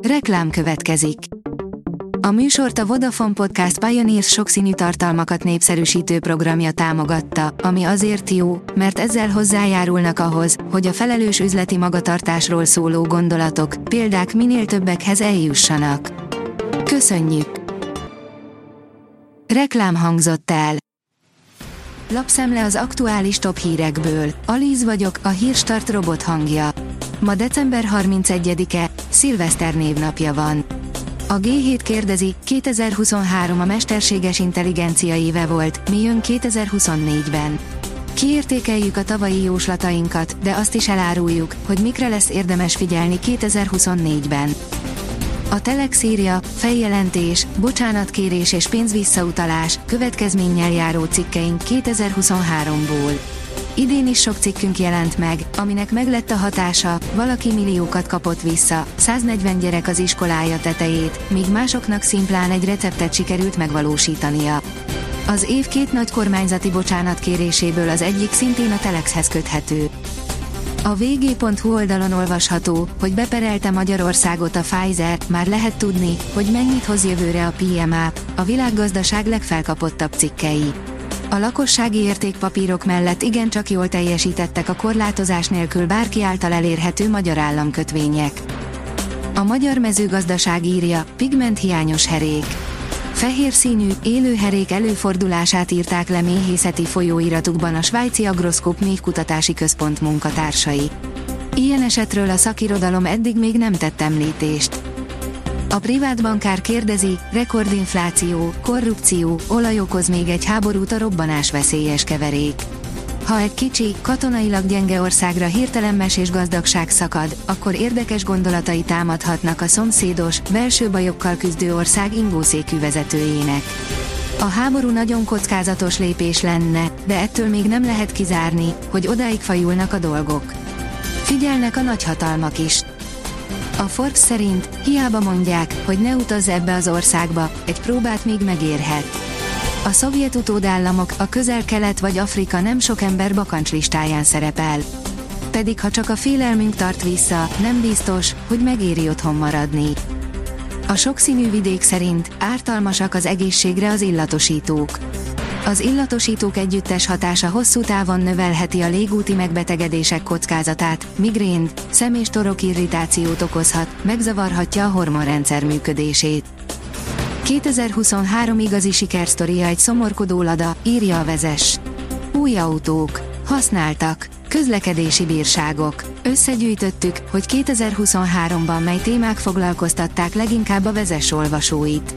Reklám következik. A műsort a Vodafone Podcast Pioneers sokszínű tartalmakat népszerűsítő programja támogatta, ami azért jó, mert ezzel hozzájárulnak ahhoz, hogy a felelős üzleti magatartásról szóló gondolatok, példák minél többekhez eljussanak. Köszönjük! Reklám hangzott el. Lapszemle az aktuális top hírekből. Alíz vagyok, a Hírstart robot hangja. Ma december 31-e, szilveszter névnapja van. A G7 kérdezi, 2023 a mesterséges intelligencia éve volt, mi jön 2024-ben. Kiértékeljük a tavalyi jóslatainkat, de azt is eláruljuk, hogy mikre lesz érdemes figyelni 2024-ben. A Telex írja, feljelentés, bocsánatkérés és pénzvisszautalás, következménnyel járó cikkeink 2023-ból. Idén is sok cikkünk jelent meg, aminek meglett a hatása, valaki milliókat kapott vissza, 140 gyerek az iskolája tetejét, míg másoknak szimplán egy receptet sikerült megvalósítania. Az év két nagy kormányzati bocsánatkéréséből az egyik szintén a Telexhez köthető. A vg.hu oldalon olvasható, hogy beperelte Magyarországot a Pfizer, már lehet tudni, hogy mennyit hoz jövőre a PMA, a világgazdaság legfelkapottabb cikkei. A lakossági értékpapírok mellett igencsak jól teljesítettek a korlátozás nélkül bárki által elérhető magyar államkötvények. A Magyar Mezőgazdaság írja, pigmenthiányos herék. Fehér színű, élő herék előfordulását írták le méhészeti folyóiratukban a svájci Agroszkóp névkutatási központ munkatársai. Ilyen esetről a szakirodalom eddig még nem tett említést. A privát bankár kérdezi, rekordinfláció, korrupció, olaj okoz még egy háborút a robbanásveszélyes keverék. Ha egy kicsi, katonailag gyenge országra hirtelen mesés gazdagság szakad, akkor érdekes gondolatai támadhatnak a szomszédos, belső bajokkal küzdő ország ingószékű vezetőjének. A háború nagyon kockázatos lépés lenne, de ettől még nem lehet kizárni, hogy odáig fajulnak a dolgok. Figyelnek a nagyhatalmak is. A Forbes szerint, hiába mondják, hogy ne utazz ebbe az országba, egy próbát még megérhet. A szovjet utódállamok, a Közel-Kelet vagy Afrika nem sok ember bakancslistáján szerepel. Pedig ha csak a félelmünk tart vissza, nem biztos, hogy megéri otthon maradni. A sokszínű vidék szerint ártalmasak az egészségre az illatosítók. Az illatosítók együttes hatása hosszú távon növelheti a légúti megbetegedések kockázatát, migrént, szem- és torokirritációt okozhat, megzavarhatja a hormonrendszer működését. 2023 igazi sikersztoria egy szomorkodó Lada, írja a Vezess. Új autók, használtak, közlekedési bírságok. Összegyűjtöttük, hogy 2023-ban mely témák foglalkoztatták leginkább a Vezess olvasóit.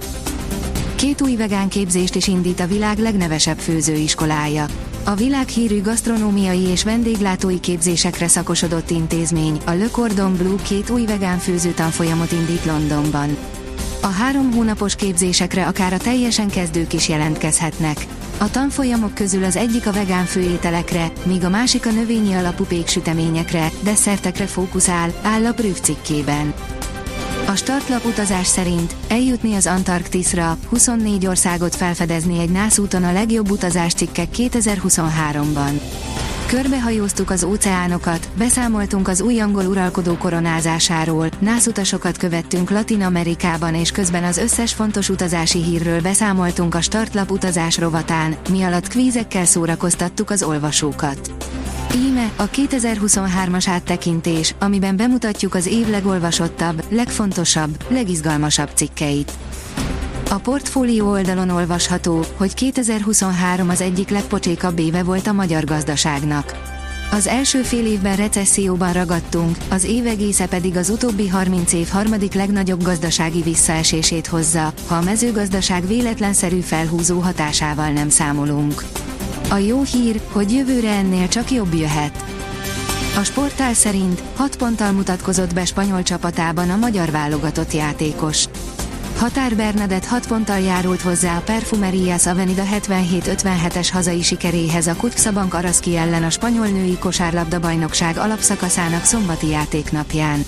2 új vegánképzést is indít a világ legnevesebb főzőiskolája. A világhírű gasztronómiai és vendéglátói képzésekre szakosodott intézmény, a Le Cordon Bleu 2 új vegán főzőtanfolyamot indít Londonban. A 3 hónapos képzésekre akár a teljesen kezdők is jelentkezhetnek. A tanfolyamok közül az egyik a vegán főételekre, míg a másik a növényi alapú péksüteményekre, desszertekre fókuszál, áll a Prüf cikkében. A startlap utazás szerint eljutni az Antarktiszra, 24 országot felfedezni egy NASZ úton a legjobb utazáscikkek 2023-ban. Körbehajóztuk az óceánokat, beszámoltunk az új angol uralkodó koronázásáról, NASZ utasokat követtünk Latin Amerikában és közben az összes fontos utazási hírről beszámoltunk a startlap utazás rovatán, mi alatt kvízekkel szórakoztattuk az olvasókat. Íme a 2023-as áttekintés, amiben bemutatjuk az év legolvasottabb, legfontosabb, legizgalmasabb cikkeit. A Portfólió oldalon olvasható, hogy 2023 az egyik legpocsékabb éve volt a magyar gazdaságnak. Az első fél évben recesszióban ragadtunk, az év egésze pedig az utóbbi 30 év harmadik legnagyobb gazdasági visszaesését hozza, ha a mezőgazdaság véletlenszerű felhúzó hatásával nem számolunk. A jó hír, hogy jövőre ennél csak jobb jöhet. A Sportál szerint 6 ponttal mutatkozott be spanyol csapatában a magyar válogatott játékos. Határ Bernadett 6 ponttal járult hozzá a Perfumerias Avenida 77-57-es hazai sikeréhez a CaixaBank Araszki ellen a spanyol női kosárlabda-bajnokság alapszakaszának szombati játéknapján.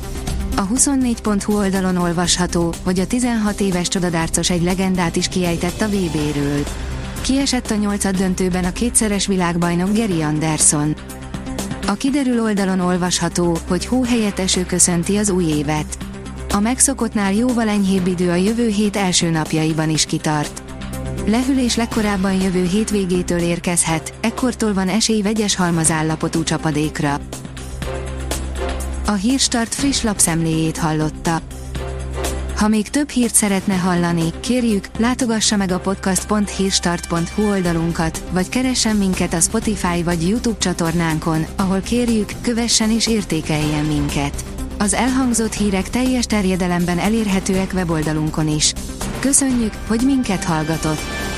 A 24.hu oldalon olvasható, hogy a 16 éves csodadárcos egy legendát is kiejtett a VB-ről. Kiesett a 8-döntőben a kétszeres világbajnok Gary Anderson. A Kiderül oldalon olvasható, hogy hó helyett eső köszönti az új évet. A megszokottnál jóval enyhébb idő a jövő hét első napjaiban is kitart. Lehűlés legkorábban jövő hétvégétől érkezhet, ekkortól van esély vegyes halmazállapotú csapadékra. A Hírstart friss lapszemléjét hallotta. Ha még több hírt szeretne hallani, kérjük, látogassa meg a podcast.hírstart.hu oldalunkat, vagy keressen minket a Spotify vagy YouTube csatornánkon, ahol kérjük, kövessen és értékeljen minket. Az elhangzott hírek teljes terjedelemben elérhetőek weboldalunkon is. Köszönjük, hogy minket hallgatott!